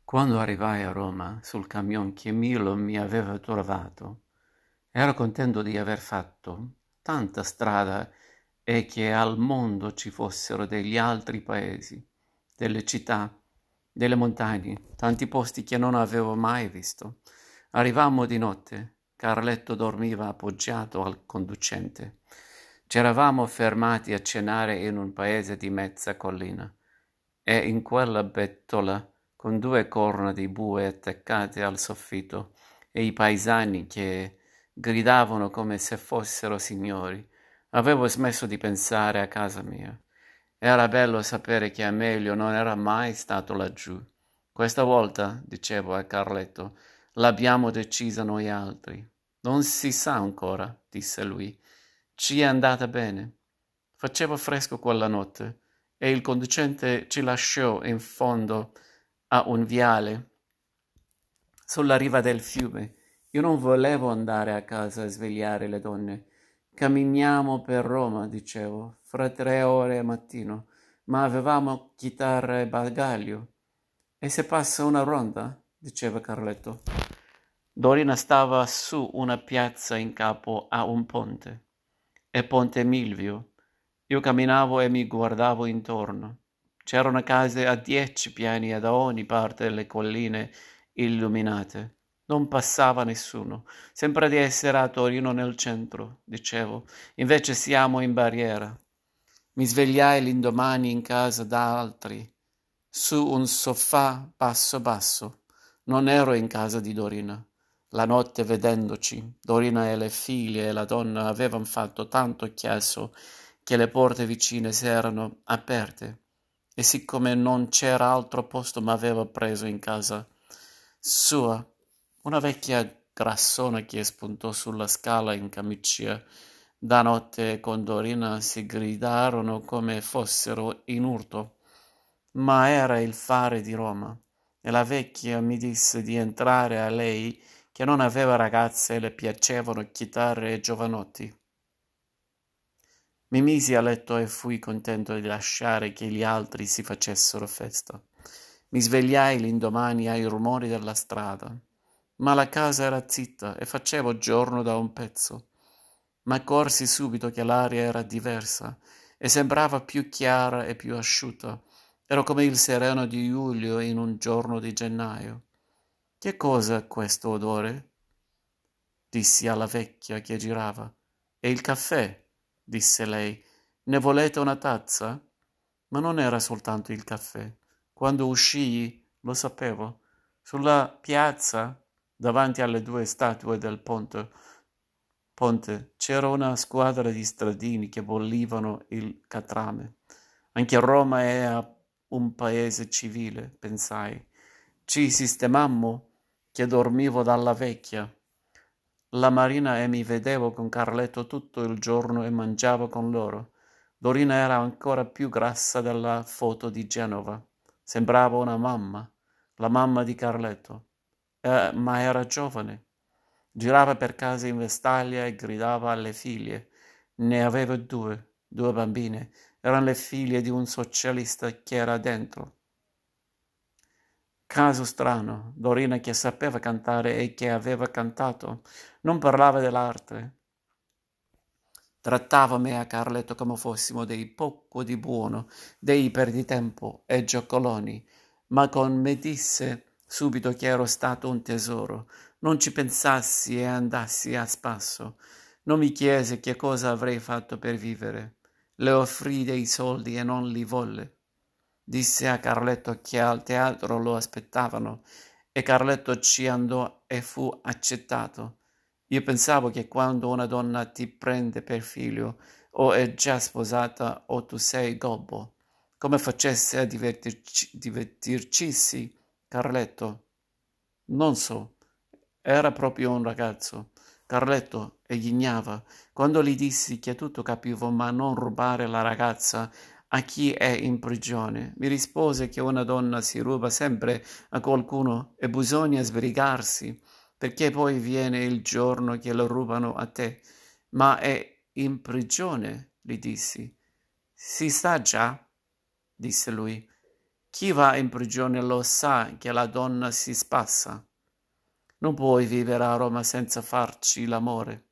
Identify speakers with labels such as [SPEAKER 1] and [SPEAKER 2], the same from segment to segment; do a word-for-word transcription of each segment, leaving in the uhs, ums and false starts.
[SPEAKER 1] Quando arrivai a Roma sul camion che Milo mi aveva trovato, ero contento di aver fatto tanta strada e che al mondo ci fossero degli altri paesi, delle città, delle montagne, tanti posti che non avevo mai visto. Arrivammo di notte. Carletto dormiva appoggiato al conducente. C'eravamo fermati a cenare in un paese di mezza collina e in quella bettola con due corna di bue attaccate al soffitto e i paesani che gridavano come se fossero signori, avevo smesso di pensare a casa mia. Era bello sapere che Amelio non era mai stato laggiù. Questa volta, dicevo a Carletto, l'abbiamo decisa noi altri. Non si sa ancora, disse lui. Ci è andata bene. Faceva fresco quella notte e il conducente ci lasciò in fondo a un viale sulla riva del fiume. Io non volevo andare a casa a svegliare le donne. Camminiamo per Roma, dicevo, fra tre ore al mattino, ma avevamo chitarra e bagaglio. E se passa una ronda? Diceva Carletto. Dorina stava su una piazza in capo a un ponte. È Ponte Milvio. Io camminavo e mi guardavo intorno. C'erano case a dieci piani e da ogni parte delle colline illuminate. Non passava nessuno. Sembra di essere a Torino nel centro, dicevo. Invece siamo in Barriera. Mi svegliai l'indomani in casa da altri, su un sofà basso basso. Non ero in casa di Dorina. La notte vedendoci, Dorina e le figlie e la donna avevano fatto tanto chiasso che le porte vicine si erano aperte e siccome non c'era altro posto m'aveva preso in casa sua, una vecchia grassona che spuntò sulla scala in camicia. Da notte con Dorina si gridarono come fossero in urto, ma era il fare di Roma e la vecchia mi disse di entrare a lei che non aveva ragazze e le piacevano chitarre e giovanotti. Mi misi a letto e fui contento di lasciare che gli altri si facessero festa. Mi svegliai l'indomani ai rumori della strada, ma la casa era zitta e facevo giorno da un pezzo. M'accorsi subito che l'aria era diversa e sembrava più chiara e più asciutta. Ero come il sereno di luglio in un giorno di gennaio. Che cos'è questo odore? Dissi alla vecchia che girava. È il caffè, disse lei. Ne volete una tazza? Ma non era soltanto il caffè. Quando uscii, lo sapevo. Sulla piazza, davanti alle due statue del ponte, ponte c'era una squadra di stradini che bollivano il catrame. Anche Roma è un paese civile, pensai. Ci sistemammo che dormivo dalla vecchia la Marina e mi vedevo con Carletto tutto il giorno e mangiavo con loro. Dorina era ancora più grassa della foto di Genova. Sembrava una mamma, la mamma di Carletto. Eh, ma era giovane. Girava per casa in vestaglia e gridava alle figlie. Ne aveva due, due bambine. Erano le figlie di un socialista che era dentro. Caso strano, Dorina che sapeva cantare e che aveva cantato, non parlava dell'arte. Trattava me e Carletto come fossimo dei poco di buono, dei perditempo e giocoloni, ma con me disse subito che ero stato un tesoro. Non ci pensassi e andassi a spasso. Non mi chiese che cosa avrei fatto per vivere. Le offrii dei soldi e non li volle. Disse a Carletto che al teatro lo aspettavano e Carletto ci andò e fu accettato. Io pensavo che quando una donna ti prende per figlio o è già sposata o tu sei gobbo, come facesse a divertirci, divertircisi Carletto. Non so, era proprio un ragazzo. Carletto e ghignava. Quando gli dissi che tutto capivo, ma non rubare la ragazza a chi è in prigione, mi rispose che una donna si ruba sempre a qualcuno e bisogna sbrigarsi, perché poi viene il giorno che lo rubano a te. Ma è in prigione, gli dissi. Si sa già, disse lui. Chi va in prigione lo sa che la donna si spassa. Non puoi vivere a Roma senza farci l'amore.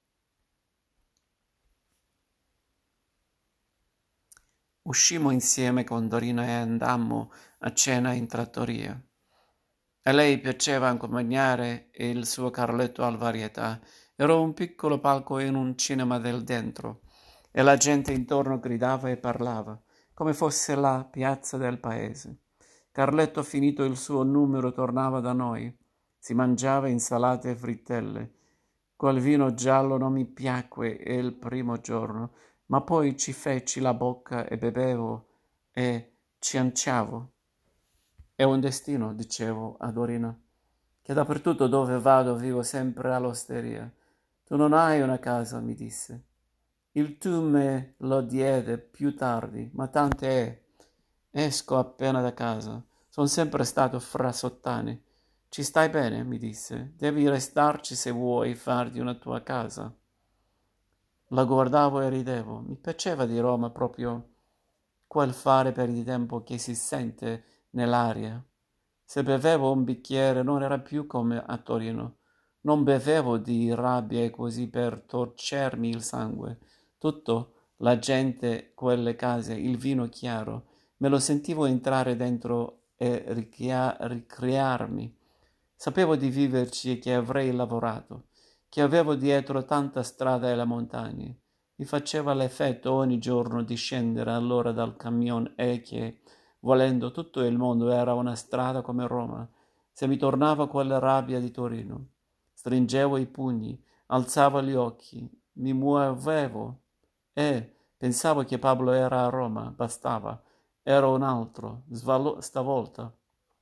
[SPEAKER 1] Uscimmo insieme con Dorina e andammo a cena in trattoria. A lei piaceva accompagnare il suo Carletto al varietà. Era un piccolo palco in un cinema del dentro e la gente intorno gridava e parlava, come fosse la piazza del paese. Carletto, finito il suo numero, tornava da noi. Si mangiava insalate e frittelle. Quel vino giallo non mi piacque il primo giorno, ma poi ci feci la bocca e bevevo e cianciavo. È un destino, dicevo a Dorina, che dappertutto dove vado vivo sempre all'osteria. Tu non hai una casa, mi disse. Il tu me lo diede più tardi, ma tante è. Esco appena da casa. Son sempre stato fra sottane. Ci stai bene? Mi disse. Devi restarci se vuoi farti una tua casa. La guardavo e ridevo. Mi piaceva di Roma proprio quel fare per il tempo che si sente nell'aria. Se bevevo un bicchiere non era più come a Torino. Non bevevo di rabbia e così per torcermi il sangue. Tutto, la gente, quelle case, il vino chiaro, me lo sentivo entrare dentro e ricrea- ricrearmi. Sapevo di viverci e che avrei lavorato, che avevo dietro tanta strada e le montagne. Mi faceva l'effetto ogni giorno di scendere allora dal camion e che, volendo tutto il mondo era una strada come Roma, se mi tornava quella rabbia di Torino. Stringevo i pugni, alzavo gli occhi, mi muovevo e pensavo che Pablo era a Roma, bastava, era un altro, svalo- stavolta.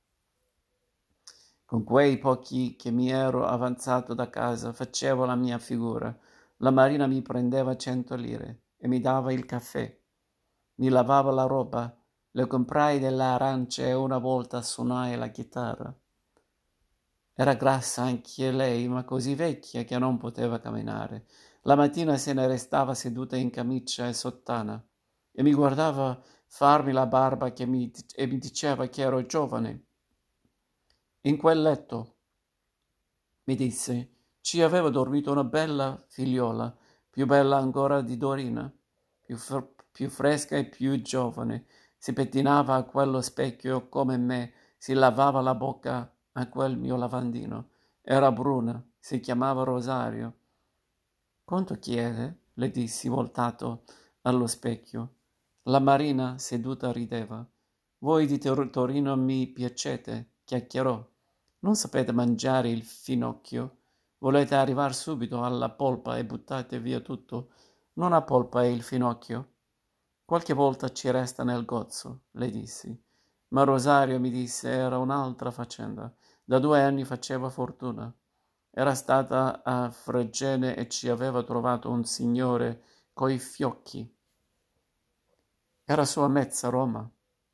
[SPEAKER 1] Con quei pochi che mi ero avanzato da casa facevo la mia figura. La Marina mi prendeva cento lire e mi dava il caffè. Mi lavava la roba, le comprai delle arance e una volta suonai la chitarra. Era grassa anche lei, ma così vecchia che non poteva camminare. La mattina se ne restava seduta in camicia e sottana e mi guardava farmi la barba che mi, e mi diceva che ero giovane. In quel letto, mi disse, ci aveva dormito una bella figliola, più bella ancora di Dorina, più, fr- più fresca e più giovane. Si pettinava a quello specchio come me, si lavava la bocca a quel mio lavandino. Era bruna, si chiamava Rosario. Quanto chiede? Le dissi, voltato allo specchio. La Marina, seduta, rideva. Voi di Tor- Torino mi piacete, chiacchierò. Non sapete mangiare il finocchio? Volete arrivar subito alla polpa e buttate via tutto? Non ha polpa il finocchio. Qualche volta ci resta nel gozzo, le dissi. Ma Rosario mi disse era un'altra faccenda. Da due anni faceva fortuna. Era stata a Fregene e ci aveva trovato un signore coi fiocchi. Era sua mezza Roma.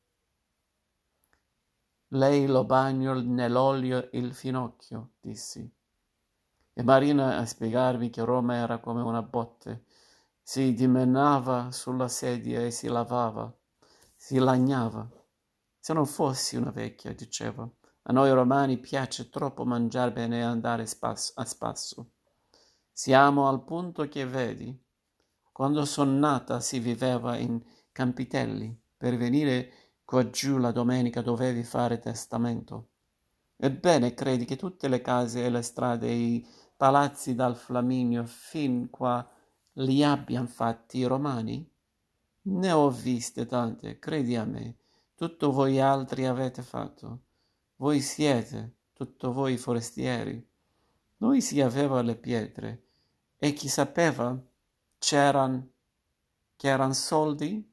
[SPEAKER 1] Lei lo bagnò nell'olio il finocchio, dissi. E Marina a spiegarmi che Roma era come una botte. Si dimenava sulla sedia e si lavava, si lagnava. Se non fossi una vecchia, diceva, a noi romani piace troppo mangiare bene e andare spasso- a spasso. Siamo al punto che vedi, quando son nata si viveva in Campitelli, per venire quaggiù la domenica dovevi fare testamento. Ebbene, credi che tutte le case e le strade e i palazzi dal Flaminio fin qua li abbian fatti i romani? Ne ho viste tante, credi a me, tutto voi altri avete fatto. Voi siete, tutto voi forestieri. Noi si aveva le pietre, e chi sapeva c'eran, che eran soldi?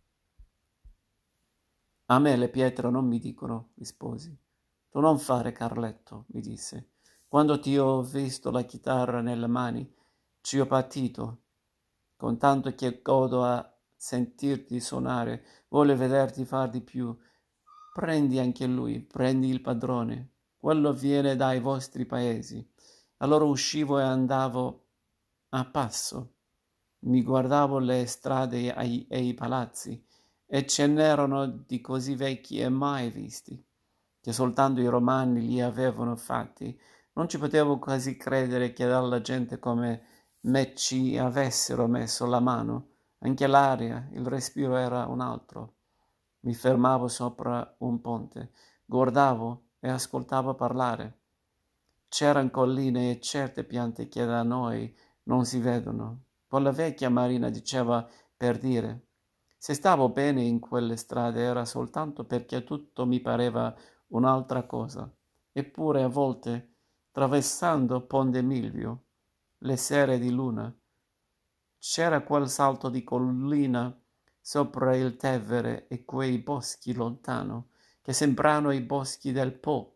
[SPEAKER 1] A me le pietre non mi dicono, risposi. Tu non fare Carletto, mi disse. Quando ti ho visto la chitarra nelle mani, ci ho patito, con tanto che godo a sentirti suonare, voglio vederti far di più. Prendi anche lui, prendi il padrone. Quello viene dai vostri paesi. Allora uscivo e andavo a passo. Mi guardavo le strade e i, e i palazzi e ce n'erano di così vecchi e mai visti, che soltanto i romani li avevano fatti. Non ci potevo quasi credere che dalla gente come me ci avessero messo la mano. Anche l'aria, il respiro era un altro. Mi fermavo sopra un ponte, guardavo e ascoltavo parlare. C'eran colline e certe piante che da noi non si vedono. Poi la vecchia Marina diceva per dire: se stavo bene in quelle strade era soltanto perché tutto mi pareva un'altra cosa. Eppure a volte, traversando Ponte Milvio, le sere di luna, c'era quel salto di collina sopra il Tevere e quei boschi lontano, che sembrano i boschi del Po,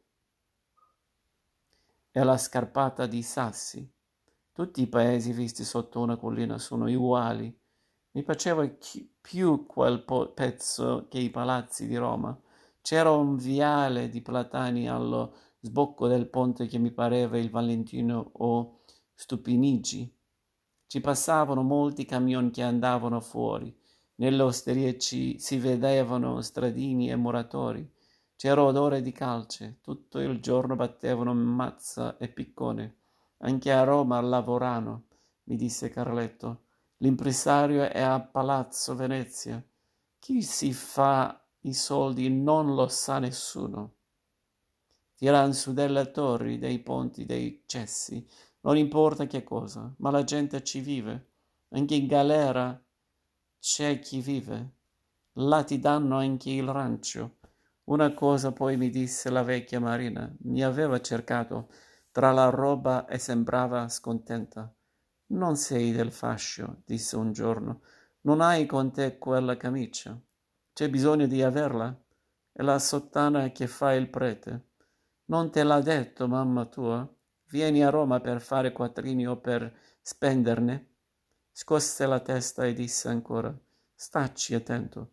[SPEAKER 1] e la scarpata di sassi. Tutti i paesi visti sotto una collina sono uguali. Mi piaceva chi- più quel po- pezzo che i palazzi di Roma. C'era un viale di platani allo sbocco del ponte che mi pareva il Valentino o Stupinigi. Ci passavano molti camion che andavano fuori. Nelle osterie ci si vedevano stradini e muratori. C'era odore di calce. Tutto il giorno battevano mazza e piccone. Anche a Roma lavorano, mi disse Carletto. L'impresario è a Palazzo Venezia. Chi si fa i soldi non lo sa nessuno. Tiran su delle torri, dei ponti, dei cessi, non importa che cosa, ma la gente ci vive. Anche in galera c'è chi vive. Là ti danno anche il rancio. Una cosa poi mi disse la vecchia Marina. Mi aveva cercato tra la roba e sembrava scontenta. Non sei del fascio, disse un giorno. Non hai con te quella camicia. C'è bisogno di averla? È la sottana che fa il prete. Non te l'ha detto mamma tua? Vieni a Roma per fare quattrini o per spenderne? Scosse la testa e disse ancora: stacci attento.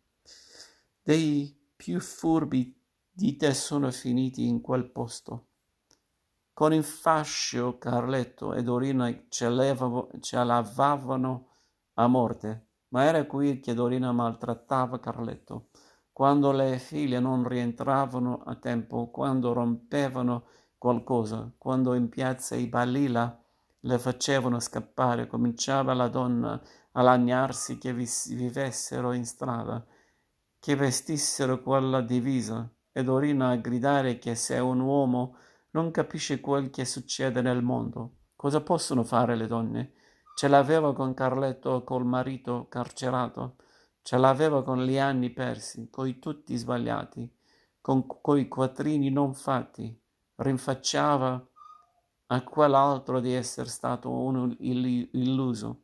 [SPEAKER 1] Dei più furbi di te sono finiti in quel posto. Con il fascio Carletto e Dorina ce, levavo, ce lavavano a morte, ma era qui che Dorina maltrattava Carletto. Quando le figlie non rientravano a tempo, quando rompevano qualcosa, quando in piazza i Balilla le facevano scappare, cominciava la donna a lagnarsi che vis- vivessero in strada, che vestissero quella divisa, e Dorina a gridare che se un uomo non capisce quel che succede nel mondo, cosa possono fare le donne? Ce l'aveva con Carletto col marito carcerato, ce l'aveva con gli anni persi, coi tutti sbagliati, con coi quattrini non fatti, rinfacciava a quell'altro di essere stato un illuso,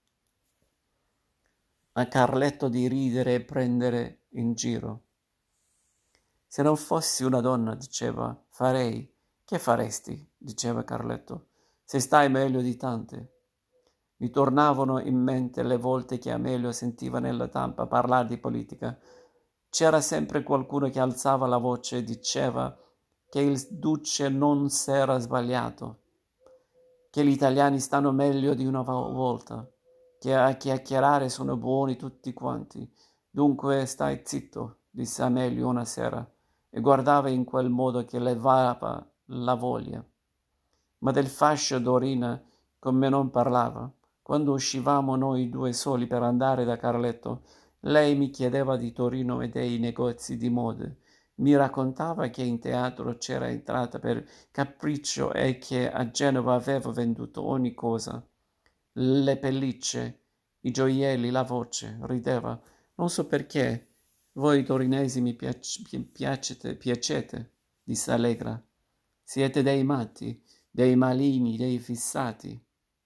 [SPEAKER 1] a Carletto di ridere e prendere in giro. Se non fossi una donna, diceva, farei. Che faresti? Diceva Carletto. Se stai meglio di tante. Mi tornavano in mente le volte che Amelio sentiva nella tampa parlare di politica. C'era sempre qualcuno che alzava la voce e diceva che il duce non s'era sbagliato, che gli italiani stanno meglio di una volta, che a chiacchierare sono buoni tutti quanti. Dunque stai zitto, disse Amelio una sera, e guardava in quel modo che levava la voglia. Ma del fascio Dorina con me non parlava. Quando uscivamo noi due soli per andare da Carletto, lei mi chiedeva di Torino e dei negozi di mode. Mi raccontava che in teatro c'era entrata per capriccio e che a Genova aveva venduto ogni cosa. Le pellicce, i gioielli, la voce. Rideva. Non so perché. Voi torinesi mi piac- pi- piacete, piacete, disse Allegra. Siete dei matti, dei maligni, dei fissati.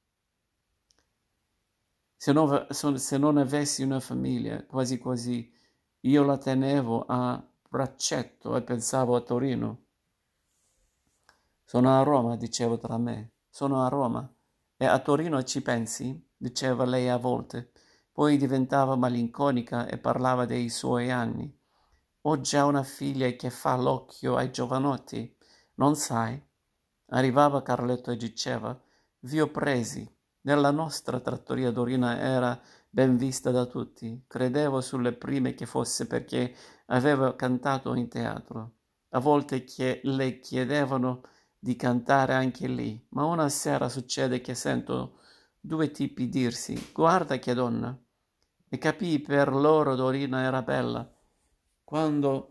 [SPEAKER 1] Se non, se non avessi una famiglia, quasi quasi, io la tenevo a braccetto e pensavo a Torino. Sono a Roma, dicevo tra me. Sono a Roma. E a Torino ci pensi? Diceva lei a volte. Poi diventava malinconica e parlava dei suoi anni. Ho già una figlia che fa l'occhio ai giovanotti. Non sai? Arrivava Carletto e diceva: vi ho presi. Nella nostra trattoria Dorina era ben vista da tutti. Credevo sulle prime che fosse perché aveva cantato in teatro. A volte che le chiedevano di cantare anche lì, ma una sera succede che sento due tipi dirsi: guarda che donna! E capii per loro Dorina era bella. Quando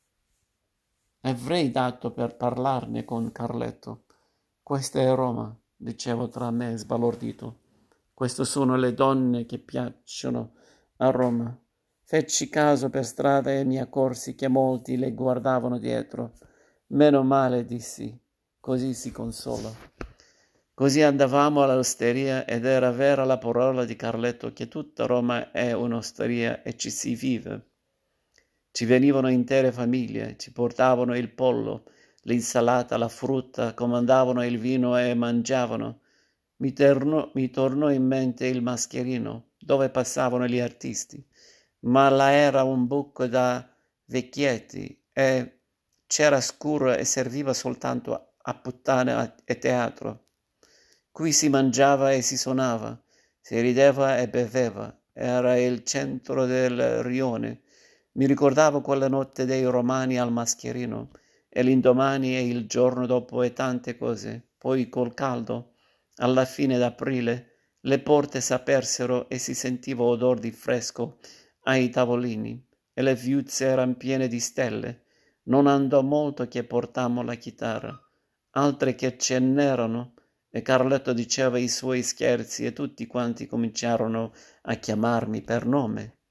[SPEAKER 1] avrei dato per parlarne con Carletto. Questa è Roma, dicevo tra me sbalordito. Queste sono le donne che piacciono a Roma. Feci caso per strada e mi accorsi che molti le guardavano dietro. Meno male, dissi, così si consola. Così andavamo all'osteria ed era vera la parola di Carletto che tutta Roma è un'osteria e ci si vive. Ci venivano intere famiglie, ci portavano il pollo, l'insalata, la frutta, comandavano il vino e mangiavano. Mi, tornò, mi tornò in mente il mascherino, dove passavano gli artisti, ma là era un buco da vecchietti e c'era scuro e serviva soltanto a puttane e teatro. Qui si mangiava e si suonava, si rideva e beveva, era il centro del rione. Mi ricordavo quella notte dei romani al mascherino, e l'indomani e il giorno dopo e tante cose. Poi col caldo, alla fine d'aprile, le porte s'apersero e si sentiva odor di fresco ai tavolini, e le viuzze eran piene di stelle. Non andò molto che portammo la chitarra. Altre che ce n'erano, e Carletto diceva i suoi scherzi e tutti quanti cominciarono a chiamarmi per nome.